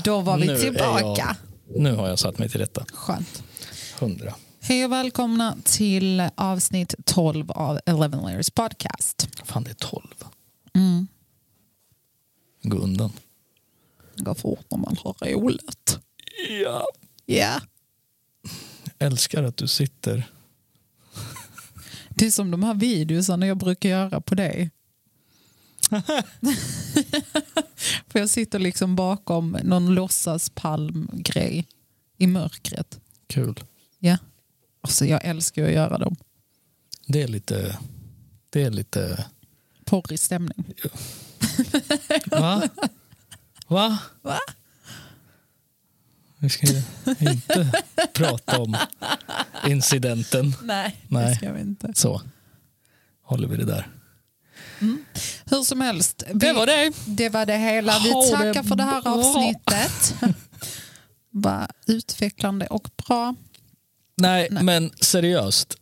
Då var vi tillbaka. Nu har jag satt mig till rätta. Skönt. 100. Hej och välkomna till avsnitt 12 av 11 Layers podcast. Fan, det är 12. Mm. Gå undan. Gå fort när man har roligt. Ja. Ja. Jag älskar att du sitter. Det är som de här videorna jag brukar göra på dig. För jag sitter liksom bakom någon låtsaspalmgrej i mörkret. Kul. Ja. Alltså jag älskar att göra dem. Det är lite... Porrig stämning. Va? Va? Va? Vi ska inte prata om incidenten. Nej, det ska vi inte. Så håller vi det där. Mm. Hur som helst. Det var det. Det var det hela. Vi tackar för det här avsnittet. Var utvecklande och bra. Nej. Men seriöst.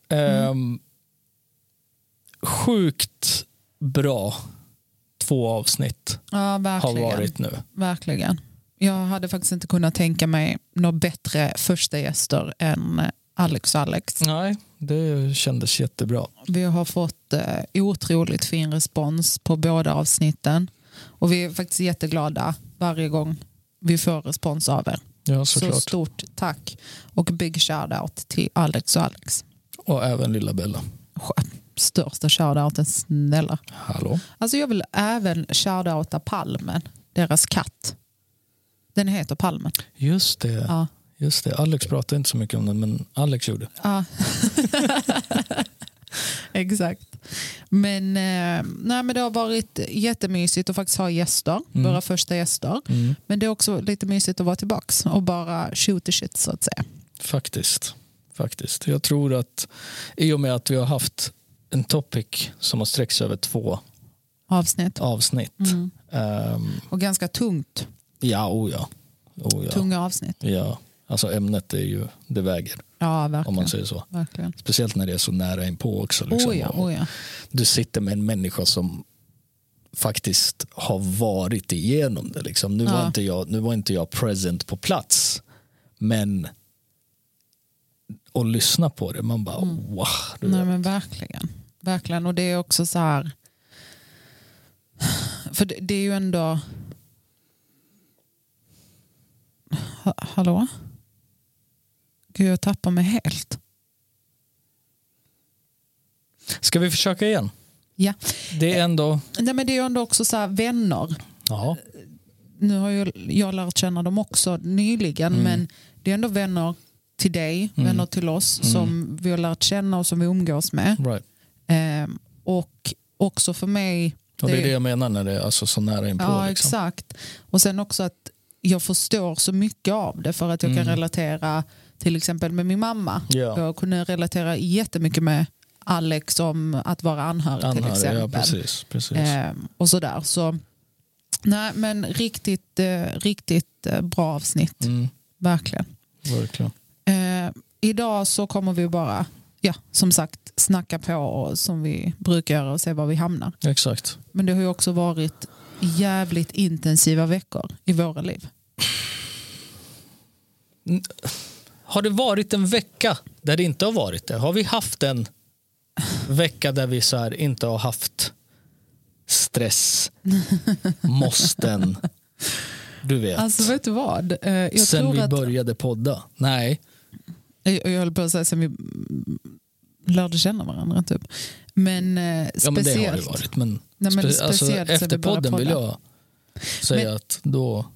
Sjukt bra 2 avsnitt Ja, verkligen. har varit nu. Verkligen. Jag hade faktiskt inte kunnat tänka mig några bättre första gäster än Alex och Alex. Nej, det kändes jättebra. Vi har fått otroligt fin respons på båda avsnitten. Och vi är faktiskt jätteglada varje gång vi får respons av er. Ja, så såklart. stort tack. Och big shout-out till Alex och Alex. Och även lilla Bella. Största shout-outen, snälla. Hallå? Alltså jag vill även shout-outa Palmen, deras katt. Den heter Palmen. Just det. Ja. Just det. Alex pratade inte så mycket om den, men Alex gjorde. Ja. Exakt. Men det har varit jättemysigt att faktiskt ha gäster. Våra första gäster. Men det är också lite mysigt att vara tillbaka och bara shoot the shit, så att säga. Faktiskt. Jag tror att i och med att vi har haft en topic som har sträckts över 2 avsnitt. Och ganska tungt. Ja. Tunga avsnitt. Ja, alltså ämnet är ju, det väger. Ja, verkligen. Om man säger så. Verkligen. Speciellt när det är så nära inpå också. Liksom. Ja. Du sitter med en människa som faktiskt har varit igenom det. Liksom. Nu var inte jag present på plats. Men att lyssna på det, man bara wow. Nej, men verkligen. Och det är också så här, för det är ju ändå hallå? Gud, jag tappar mig helt. Ska vi försöka igen? Ja. Det är ändå... Nej, men det är ju ändå också så här vänner. Ja. Nu har jag lärt känna dem också nyligen, men det är ändå vänner till dig, vänner till oss som vi har lärt känna och som vi umgås med. Right. Och också för mig... Och det är det jag menar när det är alltså så nära inpå. Ja, liksom. exakt. Och sen också att jag förstår så mycket av det för att jag kan relatera till exempel med min mamma. Ja. Jag kunde relatera jättemycket med Alex om att vara anhörig till exempel. Ja, precis. Och sådär. Så, nej, men riktigt bra avsnitt. Verkligen. Idag så kommer vi bara, som sagt, snacka på som vi brukar göra och se var vi hamnar. Exakt. Men det har ju också varit jävligt intensiva veckor i våra liv. Har det varit en vecka där det inte har varit det? Har vi haft en vecka där vi så här inte har haft stress, måsten, du vet. Alltså vet du vad? Sen vi började podda. Nej. Jag höll på att säga sen vi lärde känna varandra typ. Men speciellt. Ja, men det har det varit. Men, alltså, efter podden vill jag säga att då...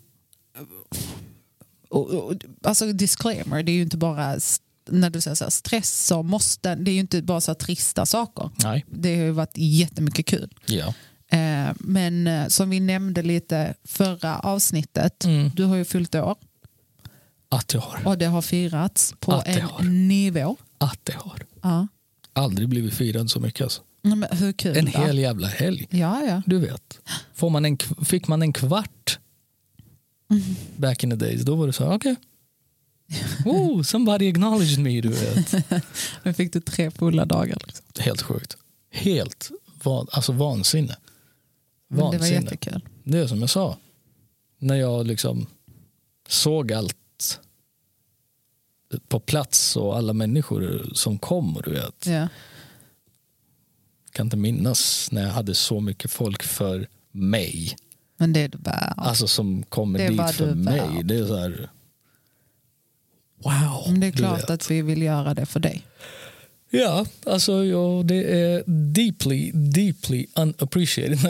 Alltså disclaimer, det är ju inte bara när du säger så här, stress och måste, det är ju inte bara så här trista saker. Nej. Det har ju varit jättemycket kul. Ja. Men som vi nämnde lite förra avsnittet, du har ju fyllt år. Att jag har. Och det har firats på en nivå. Att det har. Ja. Aldrig blivit firad så mycket alltså. Men hur kul en då? hel jävla helg. Ja. Du vet. Fick man en kvart back in the days, då var det så här, okej. Oh, somebody acknowledged me, du vet. Nu fick du 3 fulla dagar. Liksom. Helt sjukt. Helt vansinne. Men det var jättekul. Det är som jag sa. När jag liksom såg allt på plats och alla människor som kom. Och du vet. Ja. Kan inte minnas när jag hade så mycket folk för mig. Men det är du värd. Alltså som kommer dit för mig. Det är så här... Wow. Men det är klart att vi vill göra det för dig. Ja, alltså det är deeply unappreciated.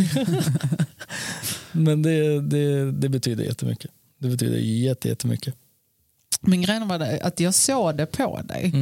Men det betyder jättemycket. Det betyder jättemycket. Min grej var det, att jag såg det på dig.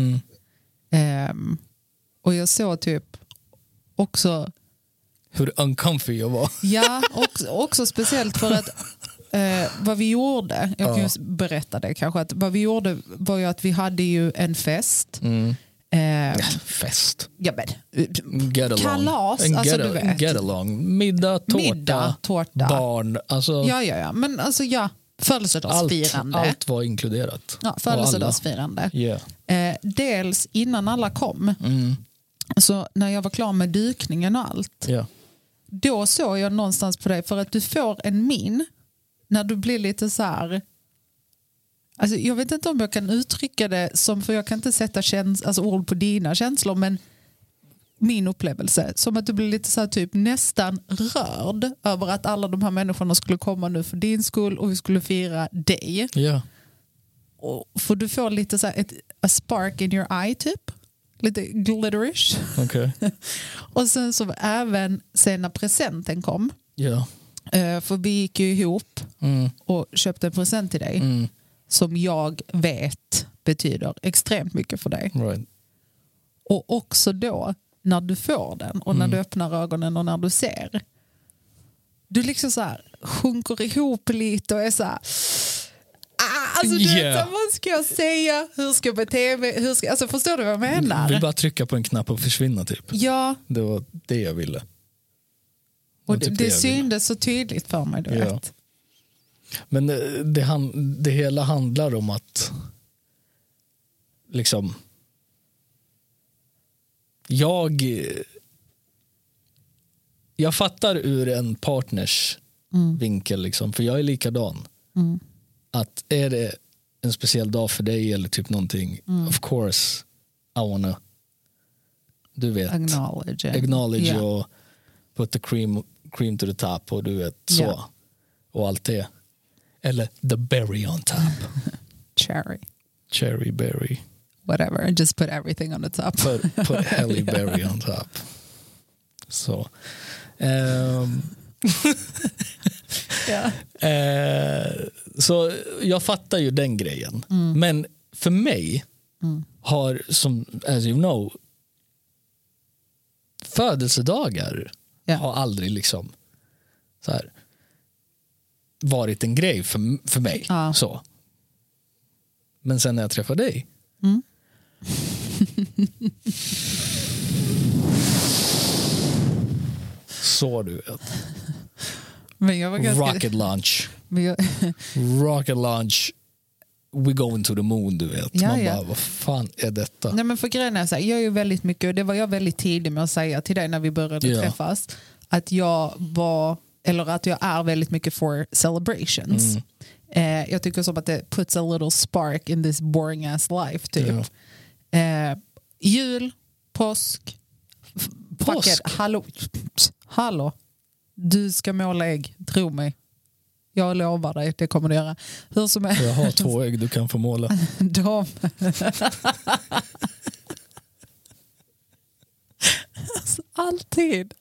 Och jag såg typ också... Hur uncomfy jag var. Ja, också speciellt för att vad vi gjorde, jag kan ju berätta det kanske, att vad vi gjorde var ju att vi hade ju en fest. Fest. Ja, men, get along. Kalas, alltså du vet. Get along. Middag, tårta. Barn. Alltså, ja. Men alltså födelsedagsfirande. Allt var inkluderat. Ja, födelsedagsfirande. Yeah. Dels innan alla kom. Så när jag var klar med dykningen och allt. Yeah. Då såg jag någonstans på dig, för att du får en min när du blir lite så här... Alltså jag vet inte om jag kan uttrycka det som, för jag kan inte sätta ord på dina känslor, men min upplevelse, som att du blir lite så här typ nästan rörd över att alla de här människorna skulle komma nu för din skull och vi skulle fira dig. Yeah. Och för du får lite så här a spark in your eye typ. Lite glitterish. Okay. Och sen så även sen när presenten kom. Yeah. För vi gick ju ihop och köpte en present till dig. Som jag vet betyder extremt mycket för dig. Right. Och också då när du får den och när du öppnar ögonen och när du ser. Du liksom så här sjunker ihop lite och är så här... Alltså du vet, vad ska jag säga? Hur ska jag bete mig? Alltså förstår du vad jag menar? Du vill bara trycka på en knapp och försvinna typ. Ja. Det var det jag ville. Och det syndes så tydligt för mig, du vet. Men det hela handlar om att liksom jag fattar ur en partners vinkel liksom, för jag är likadan. Att är det en speciell dag för dig eller typ någonting, of course I wanna, du vet, acknowledge och put the cream to the top och du vet så och allt det. Eller the berry on top. Cherry berry. Whatever, just put everything on the top. Put Halle Berry on top. Så. Så jag fattar ju den grejen. Men för mig har, som as you know, födelsedagar har aldrig liksom så här varit en grej för mig. Så. Men sen när jag träffar dig så du vet. Men jag var rocket launch. Rocket launch. We going to the moon, du vet. Man bara, vad fan är detta? Nej, men för grejen är så här, jag är ju väldigt mycket, och det var jag väldigt tidig med att säga till dig när vi började träffas, att jag är väldigt mycket for celebrations. Jag tycker som att det puts a little spark in this boring ass life typ. Jul, påsk. Hallå. Du ska måla ägg, tro mig. Jag lovar dig, det kommer du göra. Hur som är. Jag har 2 ägg du kan få måla. Alltid.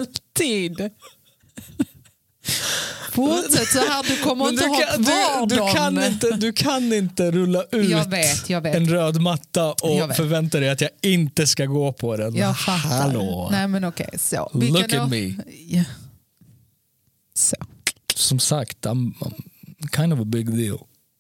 Fortsätt så här, du kommer inte ha kvar dem. Du kan inte rulla ut jag vet. en röd matta och förvänta dig att jag inte ska gå på den. Jag fattar. Hallå. Nej men okej, så. Look at me. Yeah. Så. Som sagt, I'm kind of a big deal.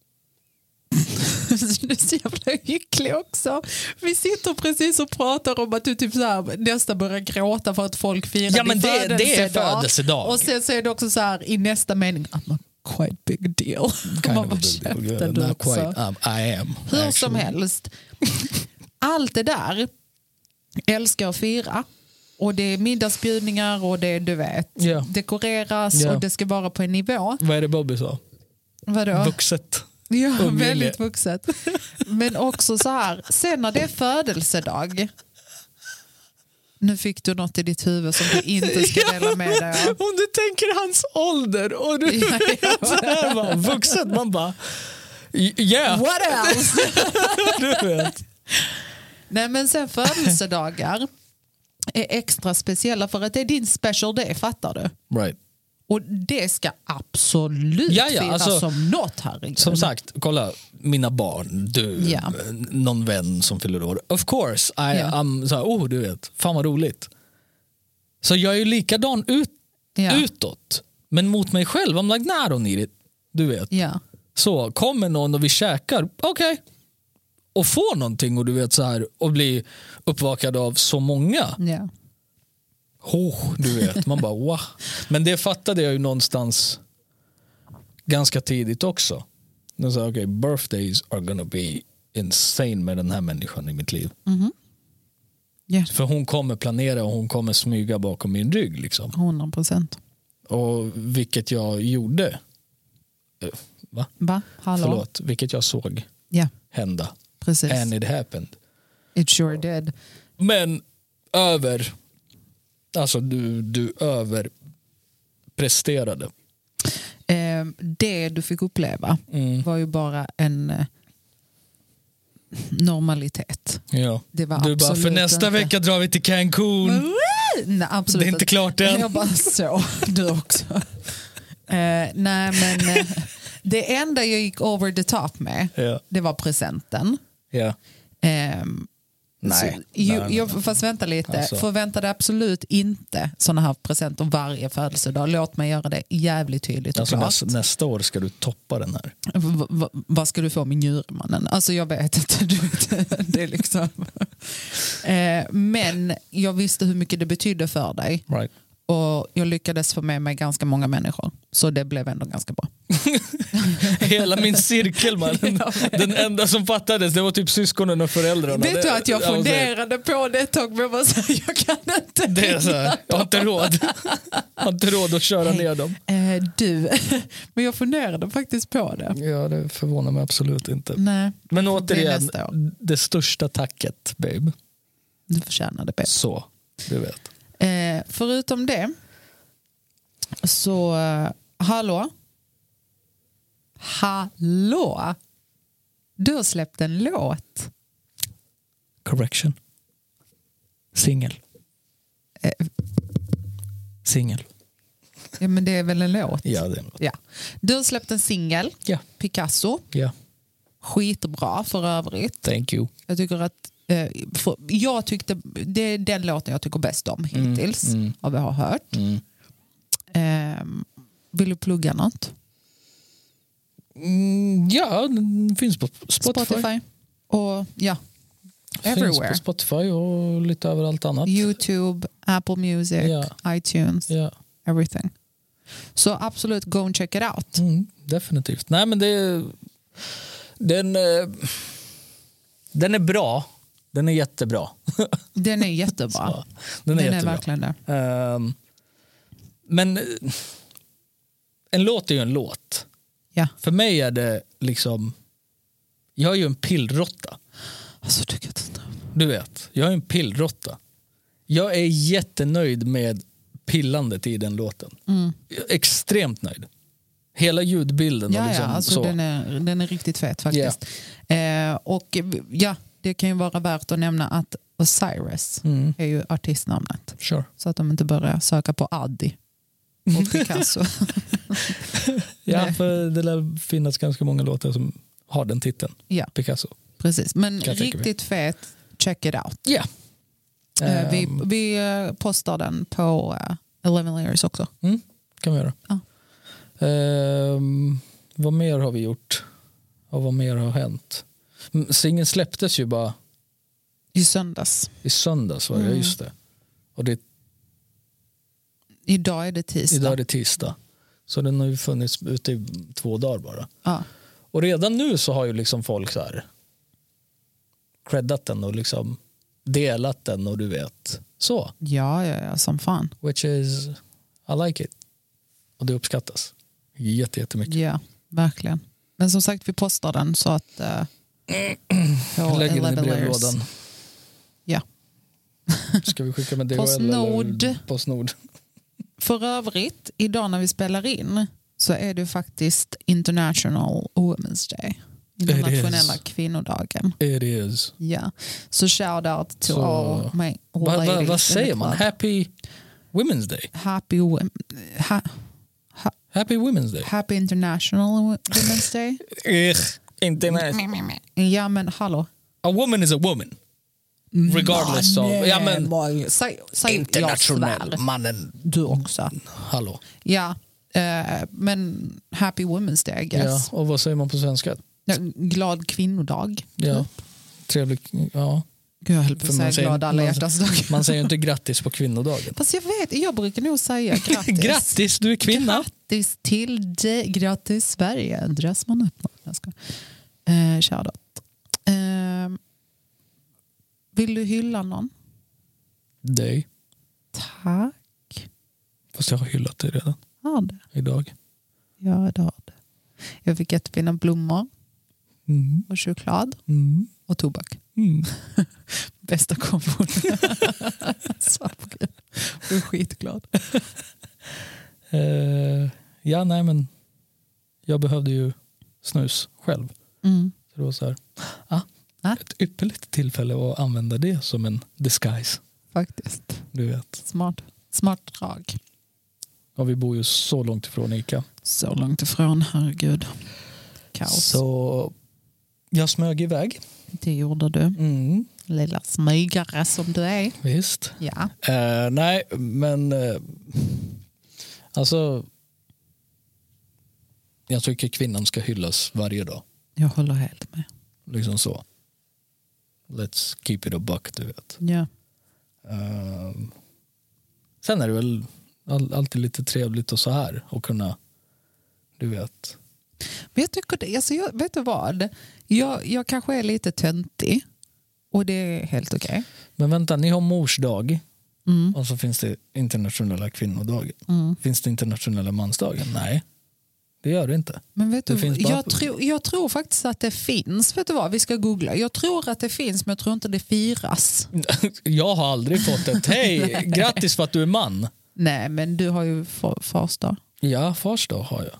Du är så jävla hycklig också. Vi sitter precis och pratar om att du typ så här, nästan börjar gråta för att folk firar din födelsedag. Det är födelsedag. Och sen så är det också så här i nästa mening, I'm a quite big deal. Kind of a big deal. Yeah, not quite. I am. Hur actually. Som helst. Allt det där älskar att fira. Och det är middagsbjudningar och det, du vet, dekoreras och det ska vara på en nivå. Vad är det Bobby sa? Vadå? Vuxet. Ja, umgänge. väldigt vuxet. Men också så här, sen när det är födelsedag, nu fick du något i ditt huvud som du inte ska dela med dig av. Om du tänker hans ålder och du så här bara, vuxet, man bara yeah. What else? Du vet. Nej, men sen födelsedagar är extra speciella för att det är din special day, fattar du? Right. Och det ska absolut firas alltså, som något, herregud. Som sagt, kolla, mina barn, du, någon vän som fyller år. Of course, I'm så här, du vet, fan vad roligt. Så jag är ju likadan utåt. Men mot mig själv, I'm like, nah, I don't need it. Du vet. Ja. Så kommer någon och vi käkar, okej. Och får någonting och du vet så här, och bli uppvakad av så många. Ja. Du vet, man bara wow. Men det fattade jag ju någonstans ganska tidigt också. Jag sa okej, birthdays are gonna be insane med den här människan i mitt liv. Yeah. För hon kommer planera och hon kommer smyga bakom min rygg liksom. 100%. Och vilket jag gjorde. Va? Hallå? Förlåt, vilket jag såg hända. Precis. And it happened. It sure did. Men alltså du överpresterade. Det du fick uppleva var ju bara en normalitet. Ja. Det var du bara, för nästa vecka drar vi till Cancun. Nej, absolut. Det är inte klart än. Jag bara så, du också. Nej, men det enda jag gick over the top med, det var presenten. Ja. Nej. Fast vänta lite. Alltså. Förväntade absolut inte såna här presenter varje födelsedag. Låt mig göra det jävligt tydligt och alltså klart. Nästa år ska du toppa den här. Vad ska du få med njurmannen? Alltså jag vet inte. Det är liksom. Men jag visste hur mycket det betydde för dig. Right. Och jag lyckades få med mig ganska många människor. Så det blev ändå ganska bra. Hela min cirkel, man. Den enda som fattades, det var typ syskonen och föräldrarna. Vet du att jag funderade på det ett tag, men jag bara så här, jag kan inte. Det är så här, jag har inte råd. Jag har inte råd att köra ner dem. Men jag funderade faktiskt på det. Ja, det förvånar mig absolut inte. Nej, men återigen, det största tacket, babe. Du förtjänade det. Så, du vet. Förutom det så hallå, du har släppt en låt. Correction. Singel. Ja, men det är väl en låt? Ja, det är en låt. Ja. Du har släppt en singel, Picasso. Ja. Skitbra för övrigt. Thank you. Jag tycker att jag tyckte det är den låten jag tycker bäst om hittills av vad jag har hört. Vill du plugga något? Ja, den finns på Spotify. Och everywhere. Finns på Spotify och lite överallt annat. YouTube, Apple Music, iTunes, everything. Så absolut, go and check it out. Definitivt. Nej, men den är bra. Den är jättebra. Den är jättebra. Den är jättebra. Verkligen det. Men en låt är ju en låt. Ja. För mig är det liksom, jag är ju en pillrotta. Alltså, du vet, jag är en pillrotta. Jag är jättenöjd med pillandet i den låten. Extremt nöjd. Hela ljudbilden. Och liksom, alltså så. Den är riktigt fet faktiskt. Och det kan ju vara värt att nämna att Osiris är ju artistnamnet. Sure. Så att de inte börjar söka på Addi och Picasso. För det lär finnas ganska många låtar som har den titeln. Picasso. Precis, men riktigt fet. Check it out. Vi postar den på 11 Layers också. Kan vi göra. Vad mer har vi gjort? Och vad mer har hänt? Singeln släpptes ju bara i söndags. I söndags var det, just det. Och idag är det tisdag. Så den har ju funnits ute i 2 dagar bara. Ja. Och redan nu så har ju liksom folk så här creddat den och liksom delat den och du vet. Så. Ja, som fan. Which is, I like it. Och det uppskattas jättemycket. Ja, verkligen. Men som sagt, vi postar den så att Jag lägger den i brevlådan. Ja. Ska vi skicka med DHL Postnord. eller Postnord? För övrigt, idag när vi spelar in så är det faktiskt International Women's Day. Internationella kvinnodagen. It is. Ja. Så shout out to all my ladies. Vad säger man? Happy Women's Day? Happy Women's Day? Happy International Women's Day. International. Ja, men hallå. A woman is a woman. Regardless of... Ja, men, säg internationell mannen. Du också. Hallå. Ja, men Happy Women's Day, I guess. Ja, och vad säger man på svenska? Ja, glad kvinnodag. Ja, trevlig. Ja. Gud, jag höll på att säga glad alla hjärtans dag. Man säger inte grattis på kvinnodagen. Fast jag brukar nog säga grattis. Grattis, du är kvinna. Grattis till dig. Grattis Sverige. Dressman öppnar. Jag ska. Shoutout. Vill du hylla någon? Dig. Tack. Fast jag har hyllat dig redan. Ja, det. Idag. Ja, det har det. Jag fick jättefina blommor. Och choklad. Och tobak. Bästa kombon. Jag är skitglad. Ja, nej men jag behövde ju snus själv. Så det var så här. Ett ypperligt tillfälle att använda det som en disguise. Faktiskt. Du vet. Smart drag. Och vi bor ju så långt ifrån Ica. Så långt ifrån, herregud. Kaos. Så jag smög iväg. Det gjorde du. Lilla smygare som du är. Visst. Ja. Nej, men alltså jag tycker kvinnan ska hyllas varje dag. Jag håller helt med. Liksom så. Let's keep it a buck, du vet. Ja. Sen är det väl alltid lite trevligt och så här att kunna, du vet. Men jag tycker det, alltså vet du vad? Jag kanske är lite töntig och det är helt okej. Men vänta, ni har morsdag och så finns det internationella kvinnodagen. Finns det internationella mansdagen? Nej, det gör det inte. Men vet det du, jag tror faktiskt att det finns. Vet du vad, vi ska googla. Jag tror att det finns, men jag tror inte det firas. Jag har aldrig fått ett hej, grattis för att du är man. Nej, men du har ju farsdag. Ja, farsdag har jag.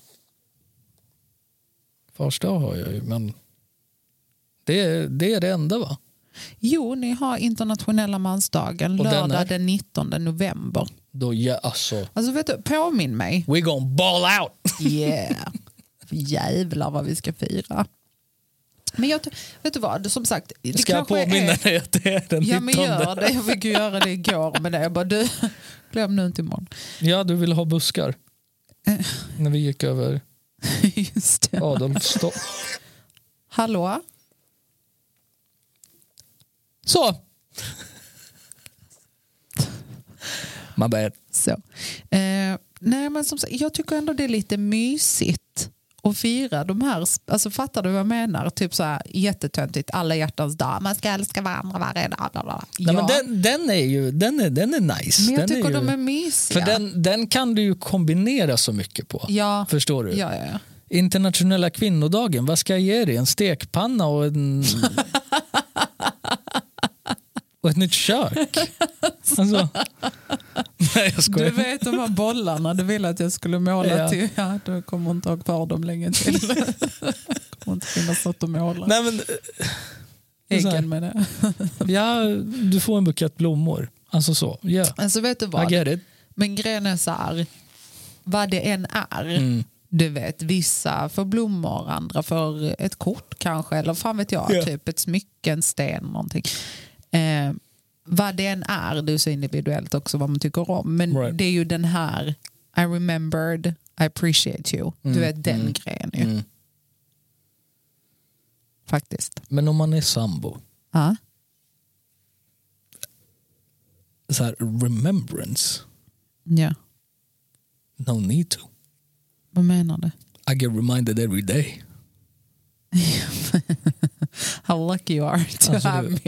Farsdag har jag ju, men det är det enda, va? Jo, ni har internationella mansdagen lördag den 19 november. Då alltså vet du, påminn mig. We gonna ball out. Yeah. Jävlar vad vi ska fira. Men vet du vad, som sagt, det ska jag påminna dig att det är den 19? Ja, men gör det. Jag fick göra det igår, men jag bara, du, glöm nu inte imorgon. Ja, du vill ha buskar. När vi gick över just det. Adolf stopp. Hallå? Så. My bad. Så. Nej, men som sagt, jag tycker ändå det är lite mysigt att fira de här, alltså fattar du vad jag menar? Typ så här jättetöntigt, alla hjärtans dag, man ska älska varandra varje dag. Ja. Nej, men den är nice. Men jag tycker de är mysiga. För den kan du ju kombinera så mycket på. Ja. Förstår du? Ja. Internationella kvinnodagen, vad ska jag ge dig? En stekpanna och en... och ett nytt kök. Alltså. Nej, jag skojar. Du vet de här bollarna du ville att jag skulle måla till. Ja, då kommer inte ha kvar dem länge till. Det kommer inte finnas något att måla. Nej, men äggen med det. Ja, du får en bukett blommor. Alltså så. Yeah. Alltså vet du vad? I get it. Men grejen är så här, vad det än är. Du vet, vissa för blommor, andra för ett kort kanske. Eller fan vet jag, typ ett smycke, en sten, någonting. Vad det än är, det är så individuellt också vad man tycker om. Men det är ju den här I remembered, I appreciate you. Du vet den grejen ju. Faktiskt. Men om man är sambo. Så här, remembrance. Ja. No need to. Vad menar du? I get reminded every day. How lucky you are to have me.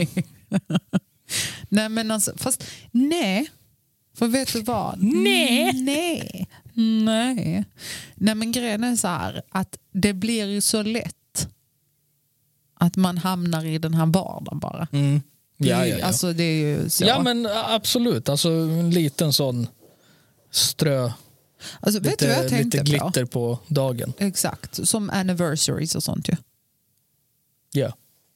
Nej, men alltså, fast nej. För vet du vad? Nej. Nej, men grejen är så här att det blir ju så lätt att man hamnar i den här vardagen bara. Ja. Alltså det är ju så. Ja men absolut, alltså en liten sån strö. Alltså, vet du vad jag tänkte lite glitter på dagen. Exakt, som anniversaries och sånt ju. Ja.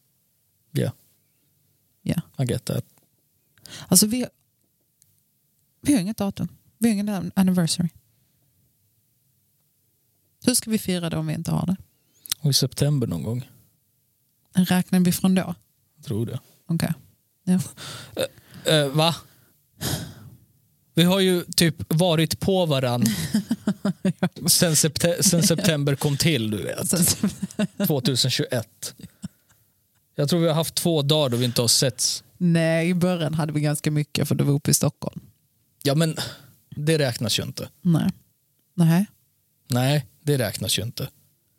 I get that. Alltså vi har inget datum. Vi har ingen anniversary. Hur ska vi fira det om vi inte har det? Och i september någon gång. Räknar vi från då? Jag tror det. Okej. Ja. Va? Vi har ju typ varit på varann sen september kom till, du vet. 2021. Jag tror vi har haft 2 dagar då vi inte har setts. Nej, i början hade vi ganska mycket för det var uppe i Stockholm. Ja, men det räknas ju inte. Nej, det räknas ju inte.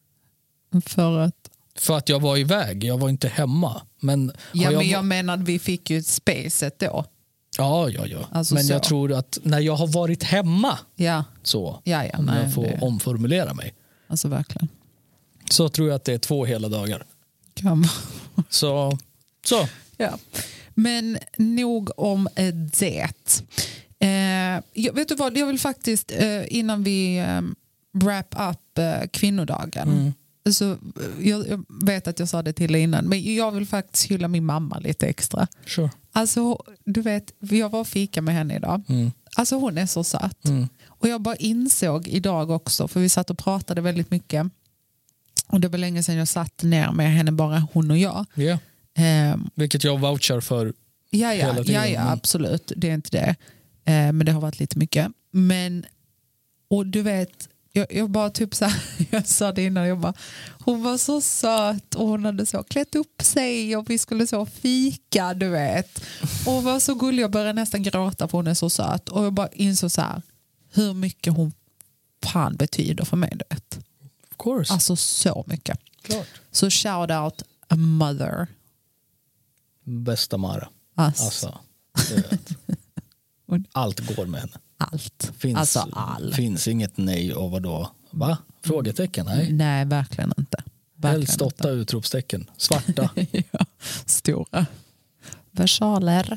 För att jag var iväg, jag var inte hemma. Men jag menar vi fick ju spacet då. Ja. Alltså men jag tror att när jag har varit hemma om jag får omformulera mig. Alltså verkligen. Så tror jag att det är 2 hela dagar. Kan Så. Ja. Men nog om det. Vet du vad, jag vill faktiskt innan vi wrap up kvinnodagen. Så jag vet att jag sa det till innan, men jag vill faktiskt hylla min mamma lite extra. Sure. Alltså, du vet, jag var och fika med henne idag. Alltså hon är så söt. Och jag bara insåg idag också, för vi satt och pratade väldigt mycket. Och det var länge sedan jag satt ner med henne, bara hon och jag. Yeah. Vilket jag vouchar för hela tiden. Ja, absolut. Det är inte det. Men det har varit lite mycket. Och du vet, jag bara typ så här, jag sa det innan, hon var så söt och hon hade så klätt upp sig och vi skulle så fika, du vet. Och var så gullig, jag började nästan gråta för hon är så söt. Och jag bara insåg så här, hur mycket hon fan betyder för mig, du vet. Of course. Alltså så mycket. Klart. Så shout out a mother. Bästa Mara. Alltså, du vet. Allt går med henne. Allt. Finns inget nej och vadå? Va? Frågetecken? Nej, verkligen inte. Helst 8 utropstecken. Svarta. Ja, stora. Versaler.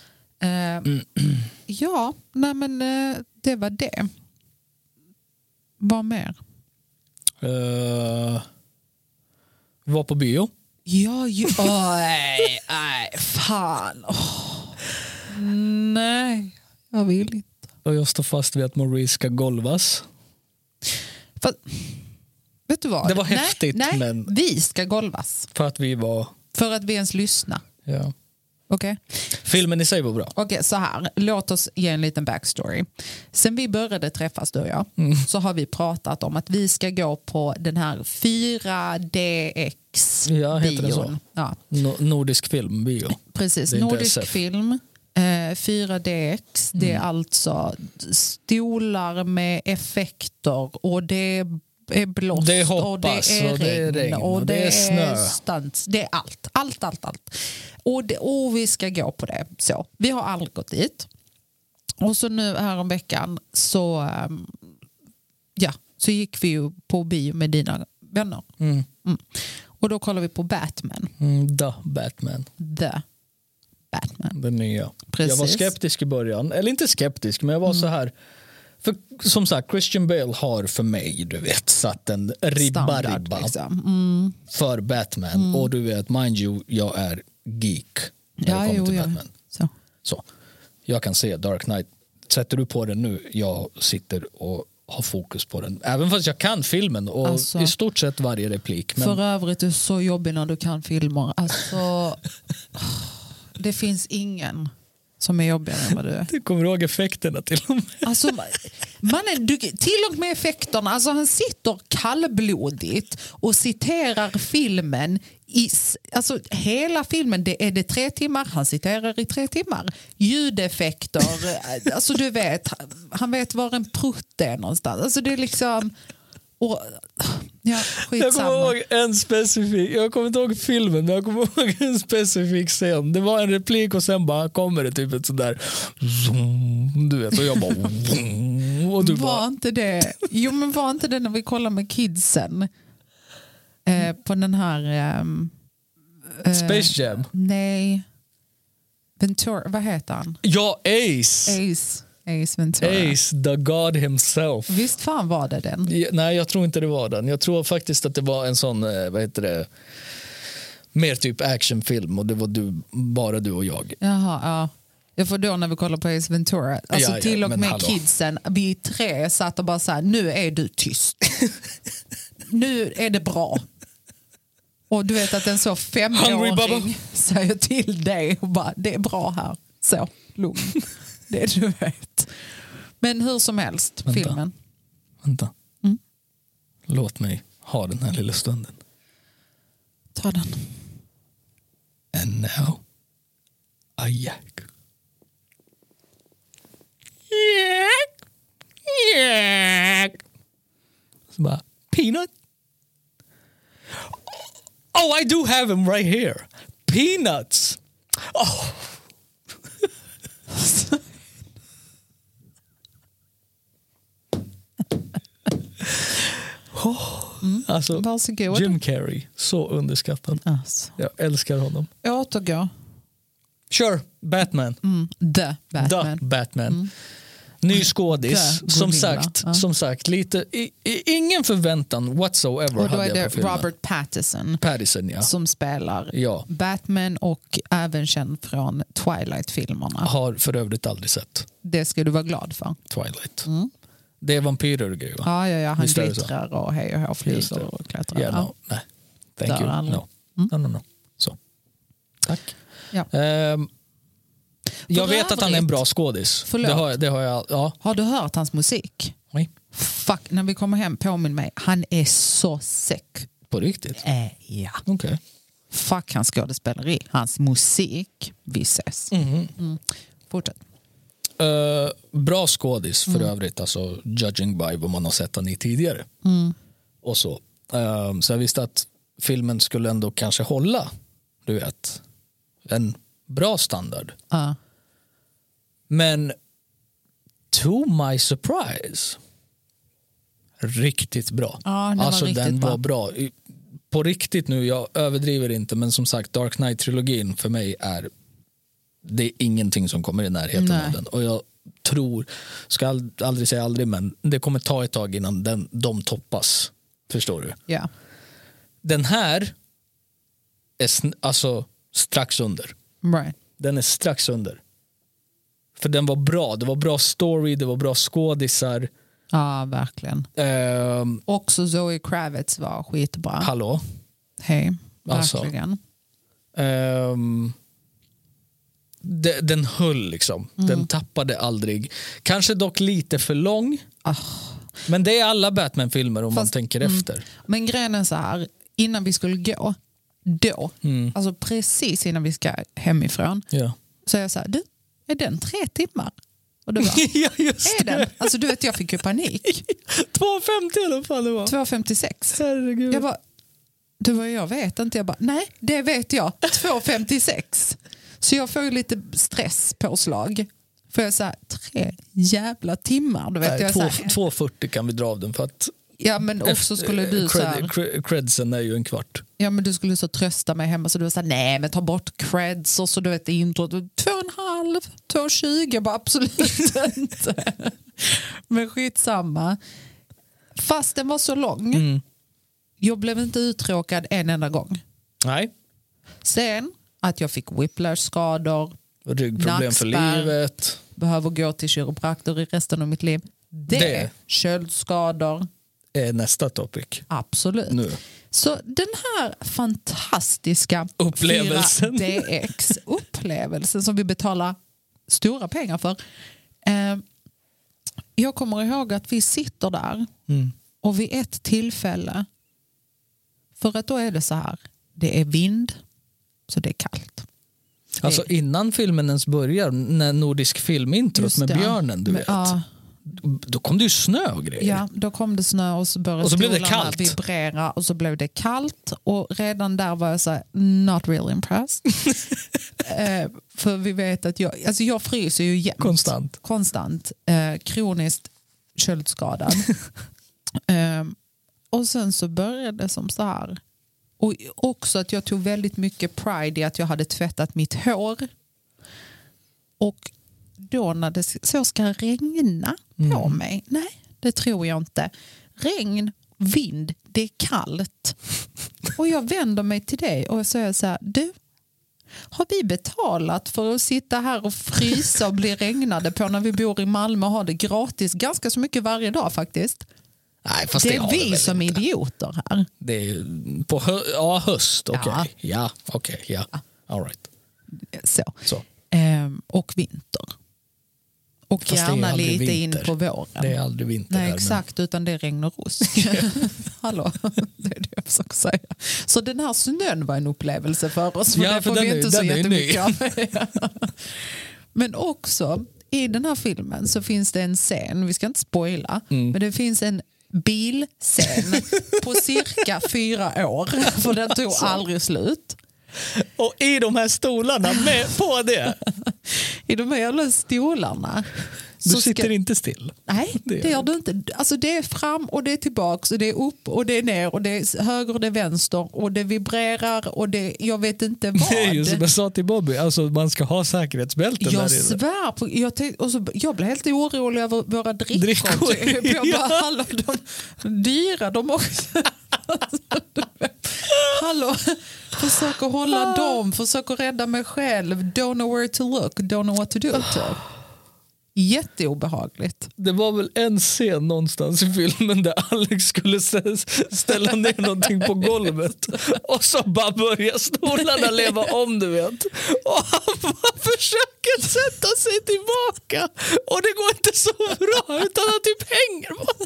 Ja, nej men det var det. Vad mer? Var på bio. Ja, nej, fan. Nej, jag vill inte. Och jag står fast vid att Maurice ska golvas. Vet du vad? Det var häftigt. Men vi ska golvas. För att vi ens lyssnar. Ja. Okej. Filmen i sig var bra. Okej, så här. Låt oss ge en liten backstory. Sen vi började träffas du och jag så har vi pratat om att vi ska gå på den här 4DX bion. Ja. Nordisk filmbio. Precis, nordisk film. 4DX, det är alltså stolar med effekter och det är blåst, det hoppas, och det är regn och det är snö. Stunts, det är allt. Och vi ska gå på det. Så vi har aldrig gått dit. Och så nu här om veckan så gick vi ju på bio med dina vänner. Och då kollar vi på Batman. The Batman. Den nya. Precis. Jag var skeptisk i början. Eller inte skeptisk, men jag var så här. För som sagt, Christian Bale har för mig, du vet, satt en ribba liksom. För Batman. Och du vet, mind you, jag är geek när det kommer till Batman. Så. Jag kan se Dark Knight. Sätter du på den nu, jag sitter och har fokus på den. Även fast jag kan filmen och i stort sett varje replik. Men... För övrigt är det så jobbigt när du kan filmer. Alltså... Det finns ingen som är jobbigare än vad du är. Du kommer ihåg effekterna till och med. Alltså, till och med effekterna. Alltså, han sitter kallblodigt och citerar filmen. Alltså, hela filmen, det är 3 timmar. Han citerar i 3 timmar. Ljudeffekter. Alltså du vet, han vet var en prutt är någonstans. Alltså det är liksom... Jag kommer ihåg en specifik, jag kommer inte ihåg filmen, men jag kommer ihåg en specifik scen. Det var en replik och sen bara kommer det typ ett sådär zoom, du vet, och jag bara zoom, Och du var inte det? Jo, men var inte det när vi kollade med kidsen på den här Space Jam. Nej. Ventura, vad heter han? Ja, Ace. Ace Ventura. Ace, the God himself. Visst fan var det den? Nej, jag tror inte det var den. Jag tror faktiskt att det var en sån, vad heter det, mer typ actionfilm och det var bara du och jag. Jaha, ja. Jag får då när vi kollar på Ace Ventura, alltså Ja, till och med hallå. kidsen, vi 3 satt och bara så här, nu är du tyst. Nu är det bra. Och du vet att en så 5-åring säger till dig och bara, det är bra här. Så, lugn. Det du vet. Men hur som helst, filmen. Vänta. Låt mig ha den här lilla stunden. Ta den. And now, a yak. Yak. Så bara, peanut. Oh, I do have him right here. Peanuts. Oh. Alltså, varsågod. Jim Carrey, så underskattad. Alltså. Jag älskar honom. Återgå. Sure, Batman. The Batman. The Batman. Ny skådis. Som sagt lite ingen förväntan whatsoever. Och då hade är jag det på filmen. Robert Pattinson, ja. som spelar Batman och även känd från Twilight-filmerna. Har för övrigt aldrig sett Det ska du vara glad för. Twilight. Det är vampyrer och grejer, va? Ja, han glittrar och hej och hå, flyger och klättrar. Yeah, no. Nej. Thank you. No. Så. Tack. Ja. Jag vet att han är en bra skådis. Det har jag. Ja. Har du hört hans musik? Nej. Fuck, när vi kommer hem, påminn mig. Han är så säck. På riktigt? Ja. Okay. Fuck hans skådespeleri. Hans musik. Vi ses. Fortsätt. Bra skådis för övrigt, alltså judging by vad man har sett han i tidigare. Och så. Så jag visste att filmen skulle ändå kanske hålla, du vet, en bra standard. Men to my surprise, riktigt bra. Alltså den var bra. På riktigt nu, jag överdriver inte, men som sagt, Dark Knight-trilogin för mig det är ingenting som kommer i närheten av den. Och jag tror, ska aldrig säga aldrig, men det kommer ta ett tag innan de toppas. Förstår du? Ja. Den här är alltså strax under. Right. Den är strax under. För den var bra. Det var bra story, det var bra skådisar. Ja, verkligen. Också Zoe Kravitz var skitbra. Hallå? Hej, verkligen. Den höll liksom. Den tappade aldrig. Kanske dock lite för lång. Men det är alla Batman-filmer om man tänker efter. Men grejen är så här, innan vi skulle gå då, alltså precis innan vi ska hemifrån, så är jag så här, du, är den 3 timmar? Och du bara, ja, just är den? Alltså du vet, jag fick ju panik. 2,50 i alla fall det var. 2,56. Herregud. Jag bara, jag vet inte. Jag bara, nej, det vet jag. 2,56. Så jag får ju lite stresspåslag. För jag säger 3 jävla timmar. Du vet, 2,40 kan vi dra av den för att ja, men också skulle du så här, credsen är ju en kvart. Ja, men du skulle så trösta mig hemma så du var så här, nej men ta bort creds och så du vet introt 2,5, 2,20 bara absolut inte. Men skitsamma. Fast den var så lång. Jag blev inte uttråkad en enda gång. Nej. Sen att jag fick whiplash-skador, ryggproblem för livet, behöver gå till kiropraktor i resten av mitt liv. Det. Köldskador är nästa topic. Absolut. Nu. Så den här fantastiska upplevelsen 4DX-upplevelsen som vi betalar stora pengar för. Jag kommer ihåg att vi sitter där och vid ett tillfälle, för att då är det så här, det är vind så det är kallt. Alltså innan filmen ens börjar, när nordisk filmintrot med björnen, du vet. Då kom det ju snö och grejer. Ja, då kom det snö och så började blev det kallt. Vibrera och så blev det kallt och redan där var jag så här, not really impressed. För vi vet att jag fryser ju jämt. Konstant. Kroniskt köldskadad. Och sen så började det som så här. Och också att jag tog väldigt mycket pride i att jag hade tvättat mitt hår. Och då när det så ska regna på mig. Nej, det tror jag inte. Regn, vind, det är kallt. Och jag vänder mig till dig och säger så här: du, har vi betalat för att sitta här och frysa och bli regnade på när vi bor i Malmö och har det gratis ganska så mycket varje dag faktiskt? Nej, fast det är vi som inte idioter här. Det är på höst, okej. Ja, okej, ja. All right. Så. Och vinter. Och fast gärna lite vinter. In på våren. Det är aldrig vinter. Nej, här, exakt, men... utan det är regn och rusk. Hallå, det är det jag försöker säga. Så den här snön var en upplevelse för oss. För det får vi inte så jättemycket av. Men också, i den här filmen så finns det en scen, vi ska inte spoila, men det finns en bilscen på cirka 4 år. För den tog aldrig slut. Och i de här stolarna med på det. I de här jävla stolarna. Du sitter inte still. Nej, det gör du inte. Alltså det är fram och det är tillbaks och det är upp och det är ner och det är höger och det är vänster och det vibrerar och det, jag vet inte vad. Det är ju som jag sa till Bobby, alltså man ska ha säkerhetsbälten. Jag svär på, jag blev helt orolig över våra drickor. Jag bara, hallå, de dyra de också. Hallå, försöker hålla dem, försöker rädda mig själv. Don't know where to look, don't know what to do. Jätteobehagligt. Det var väl en scen någonstans i filmen där Alex skulle ställa ner någonting på golvet och så bara börjar stolarna leva om, du vet. Och han bara försöker sätta sig tillbaka och det går inte så bra utan att typ hänger på.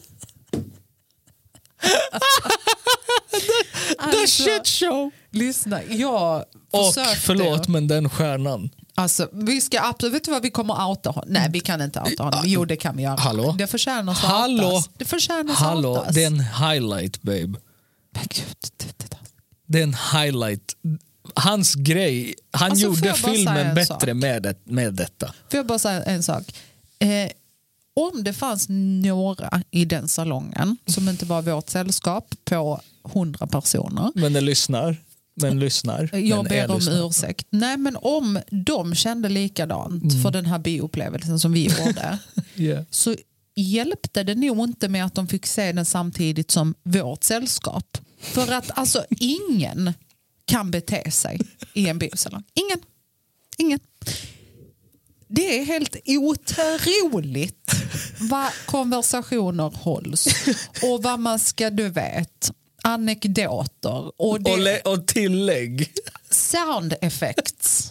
The shit show. Lyssna, jag försökte. Och förlåt, men den stjärnan. Alltså, vi ska absolut, vet du vad, vi kommer outa honom. Nej, vi kan inte outa honom. Jo, det kan vi göra. Hallå? Det förtjänar att outas. Det förtjänar att outas. Det är en highlight, babe. Men gud, det är en highlight. Hans grej, han alltså, gjorde filmen bättre med detta. Får jag bara säga en sak? Om det fanns några i den salongen som inte var vårt sällskap på 100 personer. Men lyssnar. Jag ber om ursäkt. Nej, men om de kände likadant för den här bioupplevelsen som vi gjorde så hjälpte det nog inte med att de fick se den samtidigt som vårt sällskap. För att alltså ingen kan bete sig i en biosalong. Ingen. Det är helt otroligt vad konversationer hålls och vad man ska, du vet, anekdoter och tillägg. Sound effects.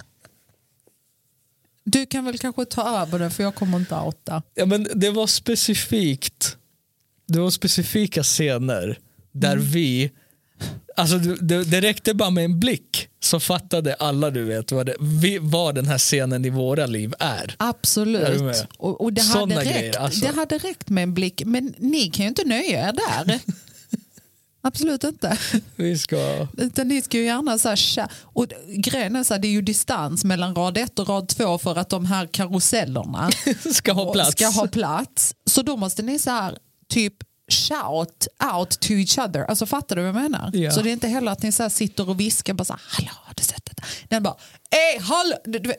Du kan väl kanske ta över det för jag kommer inte outa. Ja, men det var specifika scener där vi, alltså det räckte bara med en blick så fattade alla, du vet, vad den här scenen i våra liv är. Absolut. Och det hade räckt med en blick, men ni kan ju inte nöja er där. Absolut inte. Utan ni ska ju gärna så här, och grejen är så här, det är ju distans mellan rad 1 och rad 2 för att de här karusellerna ska ha plats. Så då måste ni så här typ shout out to each other. Alltså fattar du vad jag menar? Ja. Så det är inte heller att ni så här sitter och viskar bara så här, hallå, har du sett det? Den bara, hallå,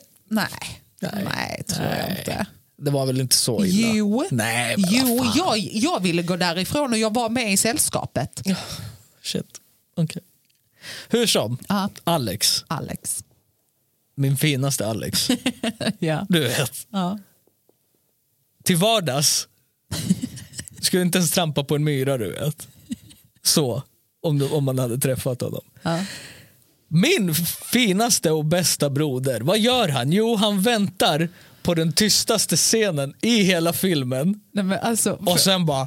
nej, tror jag inte. Det var väl inte så illa? Jo, jag ville gå därifrån och jag var med i sällskapet. Shit, okej. Hur som, Alex. Min finaste Alex. Ja. Du vet. Ja. Till vardags skulle inte ens trampa på en myra, du vet. Så, om man hade träffat honom. Ja. Min finaste och bästa broder, vad gör han? Jo, han väntar på den tystaste scenen i hela filmen. Nej, men alltså, och sen bara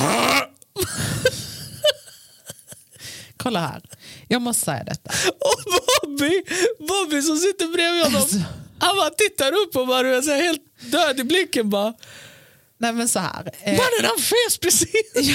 kolla här. Jag måste säga detta. Och Bobby som sitter bredvid honom. Alltså. Han bara tittar upp och bara så helt död i blicken bara. Nej, men så här. Mannen, han fes precis.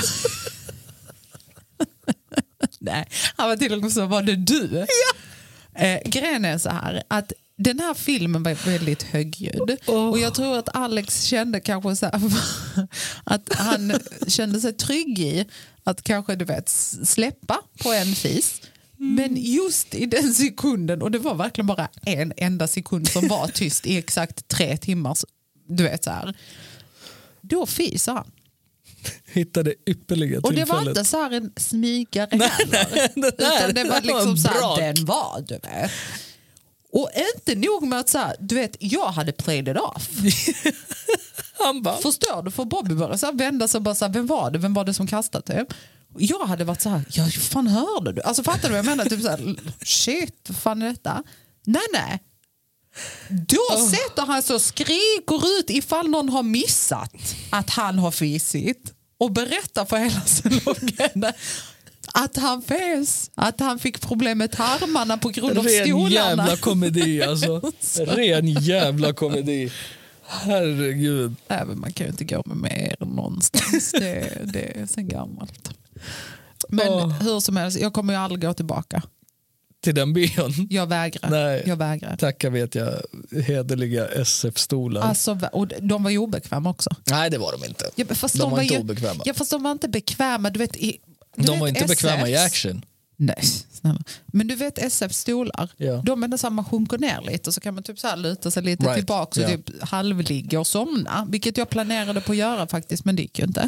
Nej, han var till och med så, var det du? Ja. Grejen är så här att den här filmen var väldigt högljudd. Och jag tror att Alex kände kanske så här, att han kände sig trygg i att kanske, du vet, släppa på en fis. Men just i den sekunden, och det var verkligen bara en enda sekund som var tyst i exakt 3 timmar, du vet så här, då fiser han. Hittade ypperliga tillfället. Och det var inte så här en smygare heller. Utan det var liksom så här, den var, du vet. Och inte nog med att så här, du vet, jag hade played it off. Han bara, förstår du? För Bobby bara så här, vända sig och bara så här, vem var det som kastade typ? Jag hade varit så här, ja, fan hörde du? Alltså fattar du vad jag menar? Typ så här, shit, vad fan är detta? Nej. Då sätter han så skriker ut ifall någon har missat att han har fisit och berättar för hela salongen att han fes, att han fick problem med tarmarna på grund av stolarna. Ren jävla komedi alltså. Ren jävla komedi. Herregud. Även man kan ju inte gå med mer någonstans. Det är sen gammalt. Men hur som helst, jag kommer ju aldrig gå tillbaka. Till den bion? Jag vägrar. Nej, jag vägrar. Tacka vet jag, hederliga SF-stolar. Alltså, och de var ju obekväma också. Nej, det var de inte. Ja, de var inte obekväma. Ja, fast de var inte bekväma. Du vet, de var inte bekväma i action. Nej, snälla. Men du vet SF-stolar, de är nästan, man sjunker ner lite och så kan man typ så här luta sig lite tillbaka och typ halvligga och somna. Vilket jag planerade på att göra faktiskt, men det gick ju inte.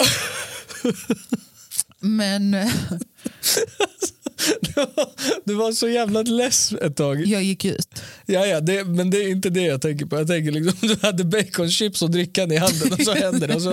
Men... Du var så jävla less ett tag. Jag gick ut. Ja, men det är inte det jag tänker på. Jag tänker liksom, du hade baconchips och drickan i handen och så händer det. Och så,